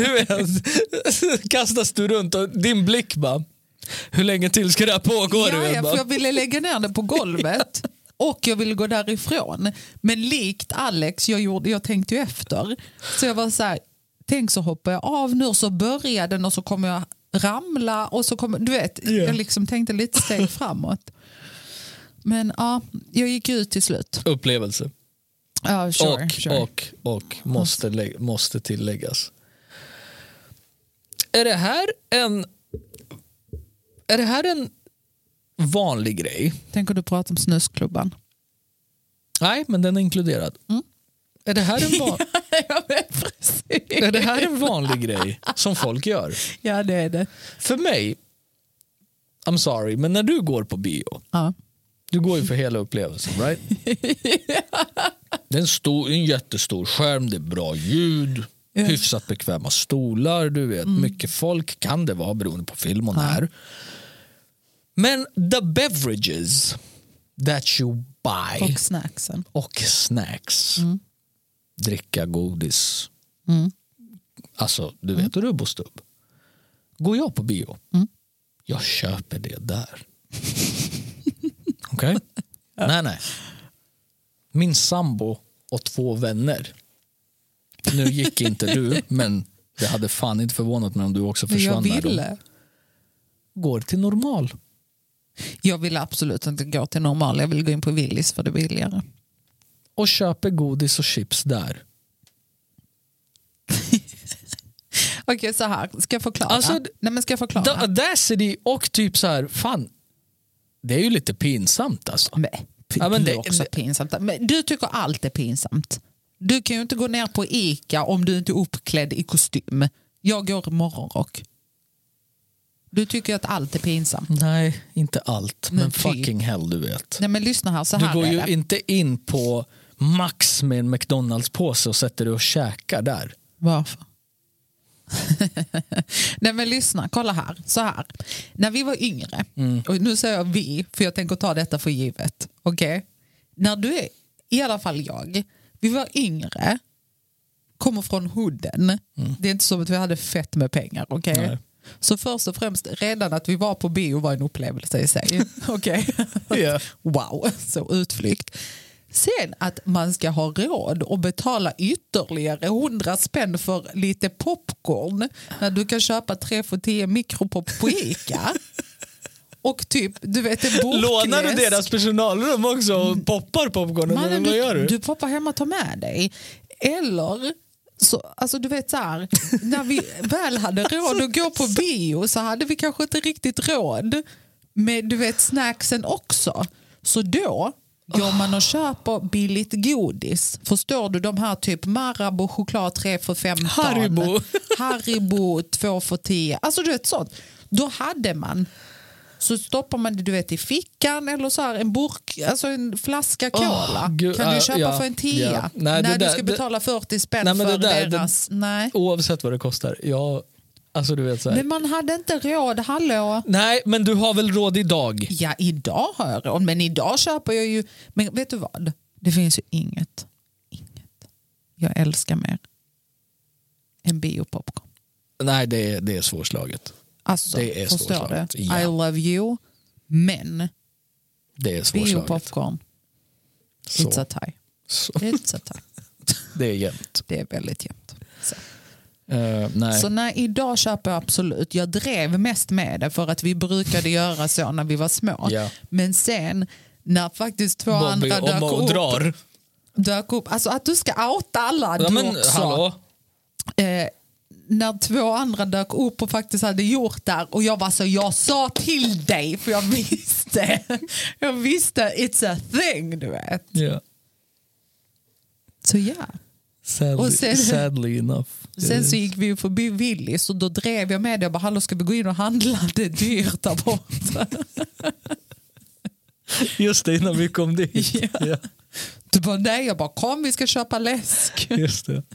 kastas du runt och din blick bara, hur länge till ska det här pågå? För jag ville lägga ner det på golvet och jag ville gå därifrån. Men likt Alex, jag tänkte ju efter. Så jag var så här, tänk så hoppar jag av nu och så börjar den och så kommer jag ramla och så kommer, du vet, jag liksom tänkte lite steg framåt. Men ja, jag gick ut till slut. Upplevelse. Sure. Och måste tilläggas. Är det här en vanlig grej? Tänker du prata om snusklubban? Nej, men den är inkluderad. Är det här en vanlig grej som folk gör? Ja, det är det. För mig, I'm sorry, men när du går på bio, du går ju för hela upplevelsen, right? Det är en jättestor skärm, det är bra ljud, hyfsat bekväma stolar, du vet, mycket folk kan det vara beroende på film och när. Men the beverages that you buy och snacks. Dricka, godis. Alltså, du vet, rubb och stubb. Går jag på bio, jag köper det där. Okej? Nej. Min sambo och 2 vänner. Nu gick inte du, men det hade fan inte förvånat mig om du också försvann. Jag ville. Går till normal. Jag vill absolut inte gå till normal. Jag vill gå in på Willys för det är billigare. Och köper godis och chips där. Okej, så här. Ska jag förklara? Alltså, ska jag förklara? The audacity och typ så här, fan, det är ju lite pinsamt alltså. Men det är också pinsamt. Men du tycker allt är pinsamt. Du kan ju inte gå ner på Ica om du inte är uppklädd i kostym. Jag går i morgonrock. Du tycker att allt är pinsamt. Nej, inte allt. Men fucking hell, du vet. Nej, men lyssna här, så här. Du går ju inte in på Max med en McDonalds-påse och sätter dig och käkar där. Varför? Nej, men lyssna, kolla här. Så här. När vi var yngre, och nu säger jag vi, för jag tänker ta detta för givet. Okej? När du är, i alla fall vi var yngre, kommer från hooden. Det är inte som att vi hade fett med pengar, okej? Så först och främst, redan att vi var på bio var en upplevelse i sig. Okej? Yeah. Wow, så utflykt. Sen att man ska ha råd och betala ytterligare 100 spänn för lite popcorn när du kan köpa 3 för 10 mikropop på Ica. Och typ, du vet, en bokläsk. Lånar du deras personalrum också och poppar popcorn? Mannen, vad gör du? Du poppar hem och tar med dig. Eller... Så, alltså du vet så här, när vi väl hade råd att gå på bio så hade vi kanske inte riktigt råd med, du vet, snacksen också. Så då Går man och köper billigt godis, förstår du, de här typ Marabou choklad 3 för 15, Haribo 2 för 10, alltså du vet sånt, då hade man, så stoppar man det, du vet, i fickan eller så här en burk, alltså en flaska cola kan du köpa för en 10 när du ska betala 40 spänn för deras. Nej. Oavsett vad det kostar. Alltså du vet så här. Men man hade inte råd, hallå. Nej, men du har väl råd idag? Ja, idag har jag råd, men idag köper jag ju, men vet du vad? Det finns ju inget jag älskar mer än biopopcorn. Nej, det är svårslaget. Alltså, det är förstår du? Ja. I love you, men det är svårslaget. Biopopcorn, it's a tie. It's a tie. Det är jämnt. Det är väldigt jämnt. Så. Nej. Så nej, idag köper jag absolut. Jag drev mest med det för att vi brukade göra så när vi var små. Ja. Men sen när faktiskt två Bobby andra dök upp. Alltså att du ska outa alla du också. Hallå? När två andra dök upp och faktiskt hade gjort det och jag var så, jag sa till dig för jag visste it's a thing, du vet. Yeah. Så ja. Sadly enough. Sen så gick vi förbi Willys och då drev jag med det och bara, hallå, ska vi gå in och handla? Det är dyrt där borta. Just det, innan vi kom dit. Ja. Ja. Du bara, nej, jag bara, kom, vi ska köpa läsk. Just det.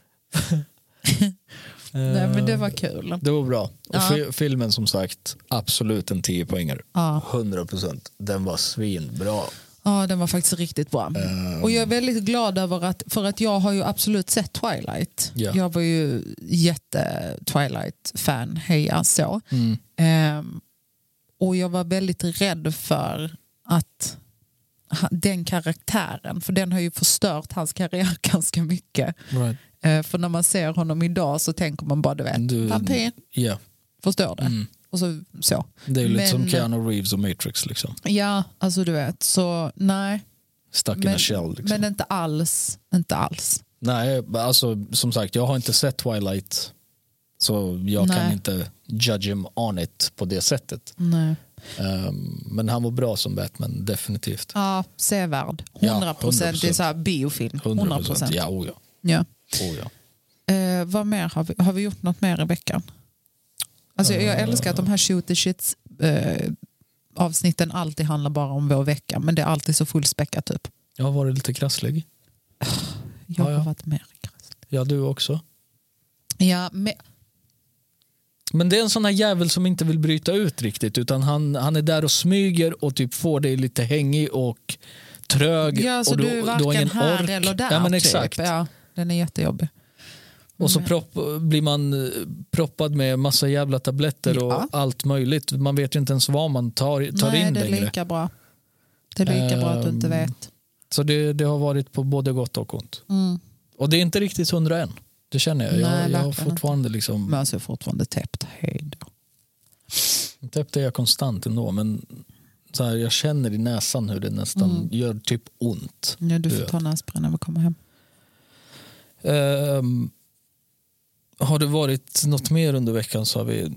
Nej, men det var kul. Det var bra. Och filmen som sagt, absolut en 10-poängare. 100%. Den var svinbra. Ja, den var faktiskt riktigt bra. Och jag är väldigt glad över för att jag har ju absolut sett Twilight. Yeah. Jag var ju jätte-Twilight-fan, heja så. Och jag var väldigt rädd för att den karaktären, för den har ju förstört hans karriär ganska mycket. Right. För när man ser honom idag så tänker man bara, du vet, vampyr. Yeah. Förstår det? Och så. Det är ju lite som Keanu Reeves och Matrix liksom. Ja, alltså du vet, så nej. Stuck in a shell liksom. Men inte alls. Nej, alltså som sagt, jag har inte sett Twilight, så jag kan inte judge him on it på det sättet. Nej. Men han var bra som Batman, definitivt. Ja, sevärd. 100%. Det är så här biofilm. 100%. Ja. Vad mer har vi gjort något mer i veckan? Alltså jag älskar att de här shoot the shits avsnitten alltid handlar bara om vår vecka, men det är alltid så fullspäckat typ. Jag har varit lite krasslig. Jag har varit mer krasslig. Ja, du också. Ja, men det är en sån här jävel som inte vill bryta ut riktigt, utan han är där och smyger och typ får dig lite hängig och trög. Ja, så och du är varken här eller där. Ja, men typ. exakt. Ja, den är jättejobbig. Och så blir man proppad med massa jävla tabletter och allt möjligt. Man vet ju inte ens vad man tar in längre. Nej, det är lika bra. Det är lika bra att du inte vet. Så det har varit på både gott och ont. Och det är inte riktigt 100 än. Det känner jag. Nej, jag har fortfarande liksom... Men alltså jag är fortfarande täppt. Hej då. Täppt är jag konstant ändå, men så här, jag känner i näsan hur det nästan gör typ ont. Ja, du får ta nässpray när vi kommer hem. Har det varit något mer under veckan så har vi...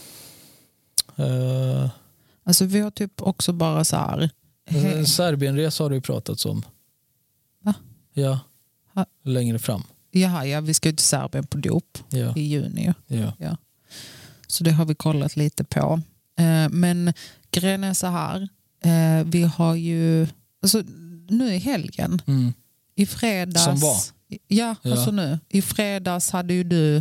Alltså vi har typ också bara så här... Serbienresa har du ju pratat om. Va? Ja, längre fram. Ja, vi ska till Serbien på dop i juni. Ja. Så det har vi kollat lite på. Men grejen är så här. Vi har ju... Alltså nu i helgen. I fredags... Som var? Ja, alltså nu. I fredags hade ju du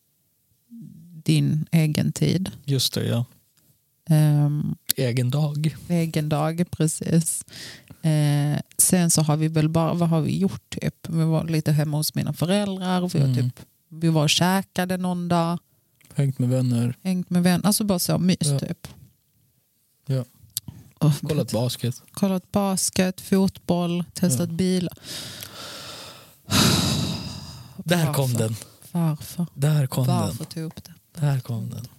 din egen tid. Just det, ja. Egen dag, precis. Sen så har vi väl bara, vad har vi gjort typ? Vi var lite hemma hos mina föräldrar. Vi var och käkade någon dag. Hängt med vänner. Alltså bara så mys typ. Ja. Kollat basket, fotboll, testat bilar. Där kom den. Varför? Varför tog upp den? Där kom den.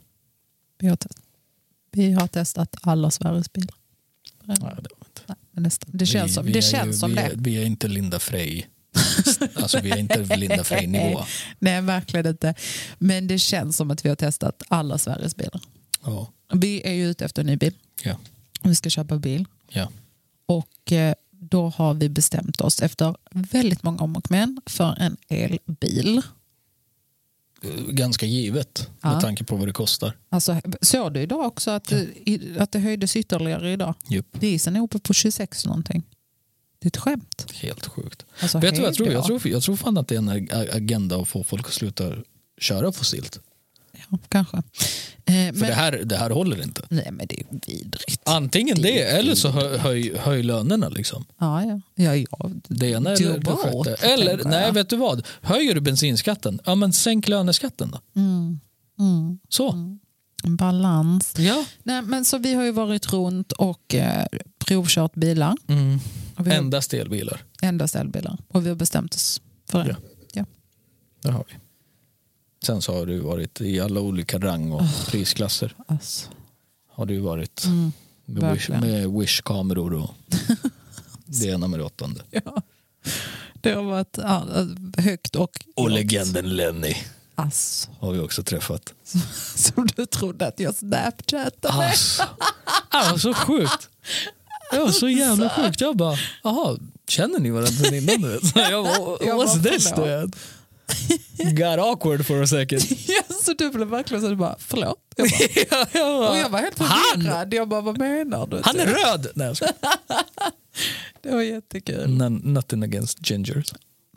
Vi har testat alla Sveriges bilar. Nej, det var inte. Nej, men det känns som det. Vi är inte Linda Frey. Alltså vi är inte Linda Frey-nivå. Nej, verkligen inte. Men det känns som att vi har testat alla Sveriges bilar. Ja. Vi är ju ute efter en ny bil. Ja. Vi ska köpa bil. Ja. Och då har vi bestämt oss efter väldigt många om och men för en elbil. Ganska givet med tanke på vad det kostar. Alltså, såg du idag också att det höjdes ytterligare idag? Yep. Dieseln är uppe på 26 någonting. Det är ett skämt. Helt sjukt. Alltså, vet du vad jag tror fan att det är en agenda att få folk att sluta köra fossilt. Ja, kanske. För det här håller inte. Nej, men det är vidrigt. Antingen det eller så höj lönerna liksom. Ja. Det ena eller det sjätte. Eller, nej, vet du vad? Höjer du bensinskatten? Ja, men sänk löneskatten då. Så. Balans. Ja. Nej, men så vi har ju varit runt och provkört bilar. Endast elbilar. Endast elbilar. Och vi har bestämt oss för det. Ja. Det har vi. Sen så har du varit i alla olika rang och prisklasser. Alltså. Har du varit med Wish-kameror och det ena med det åttonde. Ja. Det har varit högt och legenden Lenny. Alltså. Har vi också träffat. Som du trodde att jag snapchattade med. Alltså, så sjukt. Det var så jävla sjukt. Jag bara, jaha, känner ni varandra innan nu? Jag bara, what's this? Got awkward for a second. Ja, så du blev verkligen så du bara, förlåt. Och jag var helt förvirrad. Jag bara, vad menar du? Han är röd! Nej, det var jättekul. Nothing against gingers.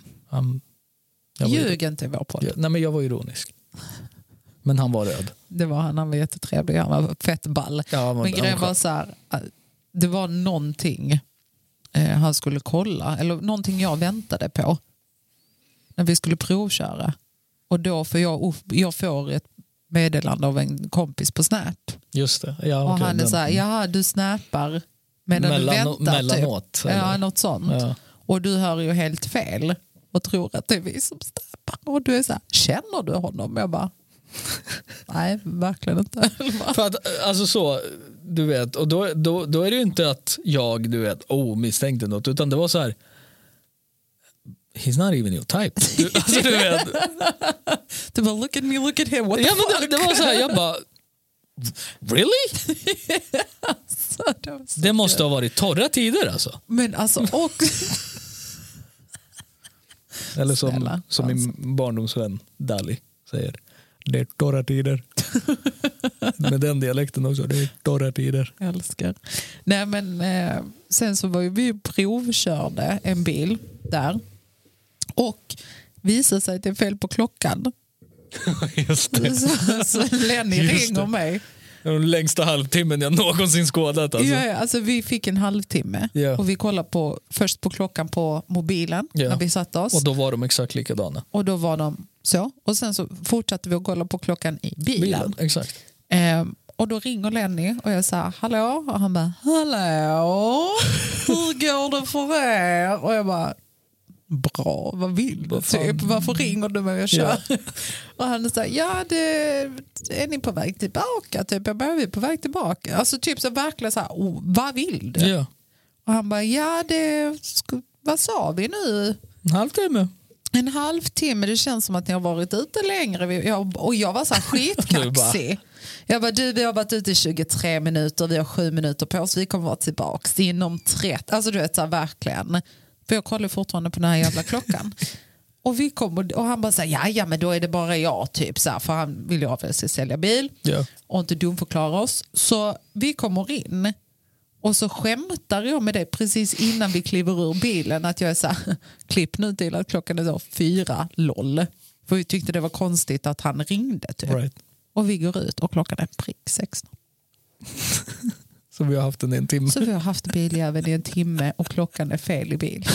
Ljug inte i vår podd. Nej, men jag var ironisk. Men han var röd. Det var han var jättetrevlig. Han var fett ball. Ja, men grejen var så här, det var någonting han skulle kolla. Eller någonting jag väntade på. När vi skulle provköra. Och då får jag får ett meddelande av en kompis på Snap. Just det. Ja, och okay, han är så här, ja du snappar medan du väntar. Mellanåt. Typ. Ja, något sånt. Ja. Och du hör ju helt fel. Och tror att det är vi som snappar. Och du är så här, känner du honom? Jag bara, nej, verkligen inte. För att, alltså så, du vet, och då är det ju inte att jag, du vet, misstänkte något, utan det var så här, he's not even your type. Du vet. Du bara, look at me, look at him, what the fuck? Det var så här, jag bara, really? Alltså, det måste ha varit torra tider alltså. Men alltså, och... Eller som min barndomsvän Dali säger, det är torra tider. Med den dialekten också, det är torra tider. Jag älskar. Nej, men sen så var vi provkörde en bil där och visade sig att det är fel på klockan. Just det. Så Lenny ringer mig. Den längsta halvtimmen jag någonsin skådat. Alltså. Ja, alltså vi fick en halvtimme och vi kollade först på klockan på mobilen när vi satt oss. Och då var de exakt likadana. Och då var de så. Och sen så fortsatte vi att kolla på klockan i bilen. Exakt. Och då ringer Lenny och jag sa hallå? Och han bara, hallå? Hur går det för er? Och jag bara, bra, vad vill du? Typ, varför ringer du mig och kör? Ja. Och han sa, är ni på väg tillbaka? Typ, jag bara, vi är på väg tillbaka. Alltså typ så verkligen så här, vad vill du? Ja. Och han bara, vad sa vi nu? En halvtimme, det känns som att ni har varit ute längre. Och jag var så här skitkaxig. Jag bara, vi har varit ute i 23 minuter, vi har 7 minuter på oss, vi kommer vara tillbaka inom 30. Alltså du vet så här, verkligen. För jag kollar fortfarande på den här jävla klockan. Och vi kommer, och han bara säger, ja men då är det bara jag typ så här, för han vill ju avsluta sälja bil och inte dumförklara oss. Så vi kommer in och så skämtar jag med det precis innan vi kliver ur bilen att jag är så här, klipp nu till att klockan är så 4 LOL. För vi tyckte det var konstigt att han ringde typ. Right. Och vi går ut och klockan är prick 16. Så vi har haft den i en timme. Så vi har haft biljäveln i en timme och klockan är fel i bilen.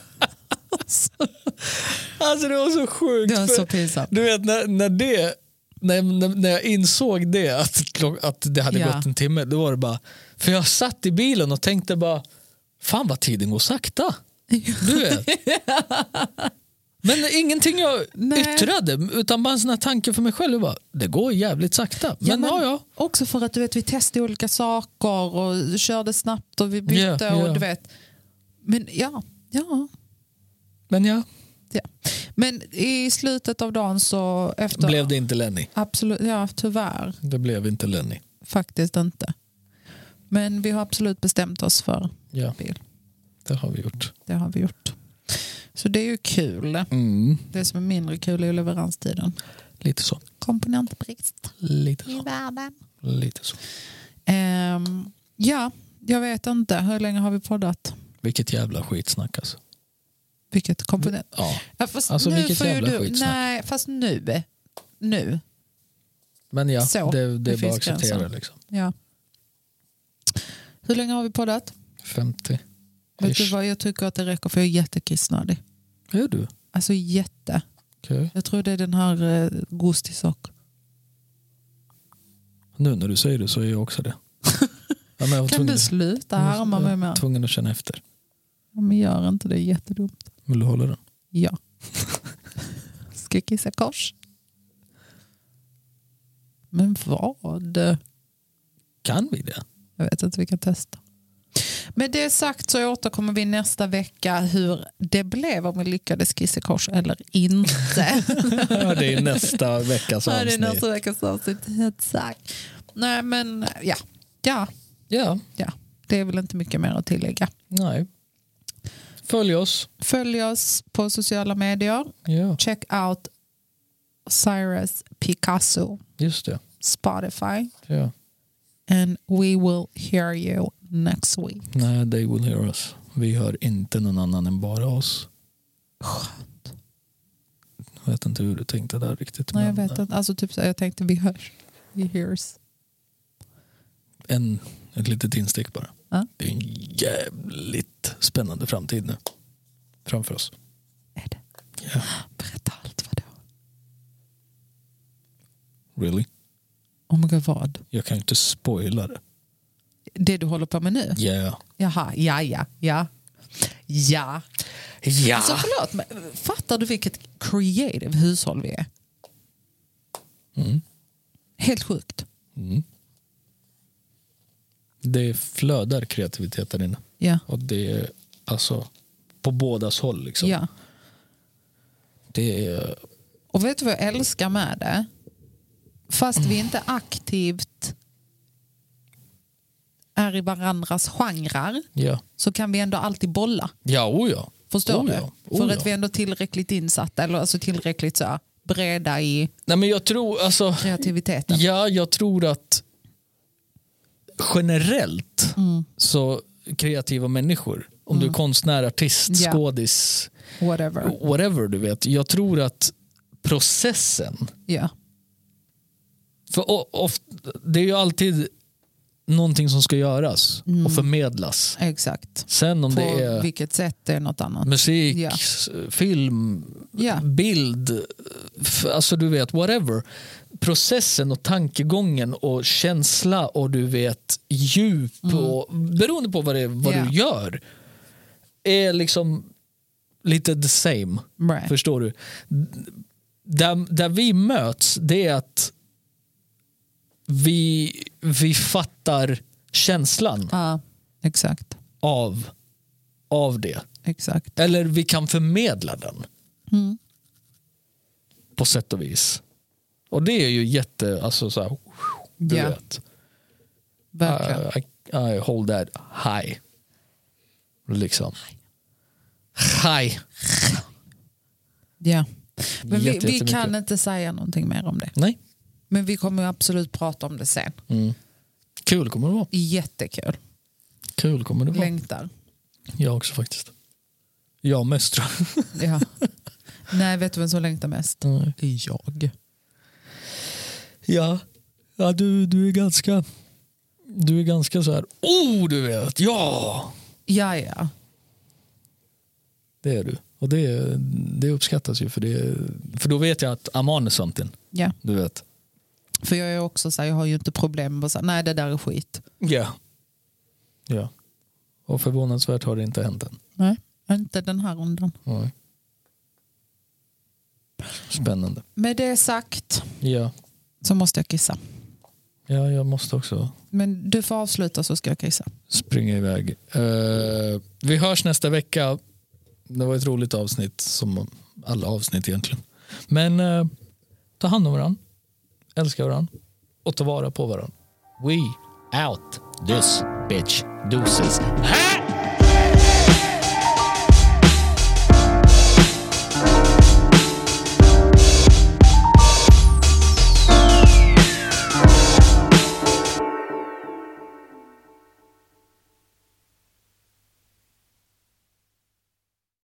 Alltså det var så sjukt. Det var så pinsamt. Du vet när jag insåg det att det hade gått en timme, då var det bara, för jag satt i bilen och tänkte bara, fan vad tiden går sakta. Du vet. Men ingenting jag yttrade, utan bara en sån här tanke för mig själv. Bara, det går jävligt sakta. Men också för att du vet, vi testade olika saker och körde snabbt och vi bytte och du vet. Men Men i slutet av dagen så efter... Blev det inte Lenny? Absolut, tyvärr. Det blev inte Lenny. Faktiskt inte. Men vi har absolut bestämt oss för bil. Det har vi gjort. Det har vi gjort. Så det är ju kul. Det som är mindre kul är leveranstiden. Lite så. Komponentbrist Lite så. i världen. Lite så. Ja, jag vet inte. Hur länge har vi poddat? Vilket jävla skitsnack alltså. Vilket komponent? Ja. Fast Alltså nu vilket får jävla du, skitsnack. nej, fast nu. Men ja, Så, det är bara finns att acceptera gränser. liksom. Ja. Hur länge har vi poddat? 50. Vet du vad, jag tycker att det räcker för jag är jättekissnödig. Är du? Alltså jätte. Okay. Jag tror det är den här Gusti-sak. Nu när du säger det så är jag också det. Ja, men Kan du sluta härma mig med? Jag var tvungen att känna efter. Ja, men gör inte det, är jättedumt. Vill du hålla den? Ja. Ska jag kissa kors? Men vad? Kan vi det? Jag vet inte, vi kan testa. Med det sagt så återkommer vi nästa vecka hur det blev om vi lyckades kissa kors eller inte. Ja, det är nästa veckas avsnitt. Ja, det är nästa veckas avsnitt. Exakt. Nej, men ja. Det är väl inte mycket mer att tillägga. Nej. Följ oss på sociala medier. Ja. Check out Cyrus Picasso. Just det. Spotify. Ja. And we will hear you next week. Nej, they will hear us. Vi hör inte någon annan än bara oss. Skönt. Jag vet inte hur du tänkte där riktigt. Nej, jag vet inte. Alltså typ så jag tänkte vi hörs. We hears. Ett litet instick bara. Ja. Det är en jävligt spännande framtid nu. Framför oss. Är det? Ja. Berätta allt, vadå? Really? Oh my God, vad? Jag kan ju inte spoila det. Det du håller på med nu? Yeah. Jaha, ja. Alltså förlåt, men fattar du vilket creative hushåll vi är? Helt sjukt. Det flödar kreativitet där inne. Ja. Och det är alltså på bådas håll liksom. Ja. Det är... Och vet du vad jag älskar med det? Fast vi inte aktivt är i varandras genrer så kan vi ändå alltid bolla. Ja. Förstår du? För att vi är ändå tillräckligt insatta eller alltså tillräckligt så breda i men jag tror alltså kreativiteten. Ja, jag tror att generellt så kreativa människor, om du är konstnär, artist, skådis, whatever du vet. Jag tror att processen för det är ju alltid någonting som ska göras och förmedlas. Exakt. Sen om på det är vilket sätt det är något annat. musik, film, bild, alltså du vet, whatever. Processen och tankegången och känsla och du vet djup och beroende på vad du gör är liksom lite the same. Right. Förstår du? Där vi möts, det är att vi fattar känslan exakt. av det. Exakt. Eller vi kan förmedla den på sätt och vis. Och det är ju jätte, alltså så här, du vet. Verkligen. I hold that high. Liksom. High. Ja. Men vi kan inte säga någonting mer om det. Nej. Men vi kommer absolut prata om det sen. Kul kommer det vara. Jättekul. Kul kommer det vara. Längtar. Jag också faktiskt. Jag mest tror jag. Ja. Nej, vet du vem som längtar mest? Nej. Jag. Ja, du är ganska så här. Du vet. Ja. Ja. Det är du. Och det uppskattas ju för då vet jag att I'm on something. Ja. Du vet. För jag är också så här, jag har ju inte problem med att säga nej, det där är skit. Ja. Ja. Och förvånansvärt har det inte hänt än. Nej, inte den här rundan. Nej. Spännande. Med det sagt så måste jag kissa. Ja, jag måste också. Men du får avsluta så ska jag kissa. Springa iväg. Vi hörs nästa vecka. Det var ett roligt avsnitt som alla avsnitt egentligen. Men ta hand om varandra. Älska varandra. Och ta vara på varandra. We out this bitch deuces.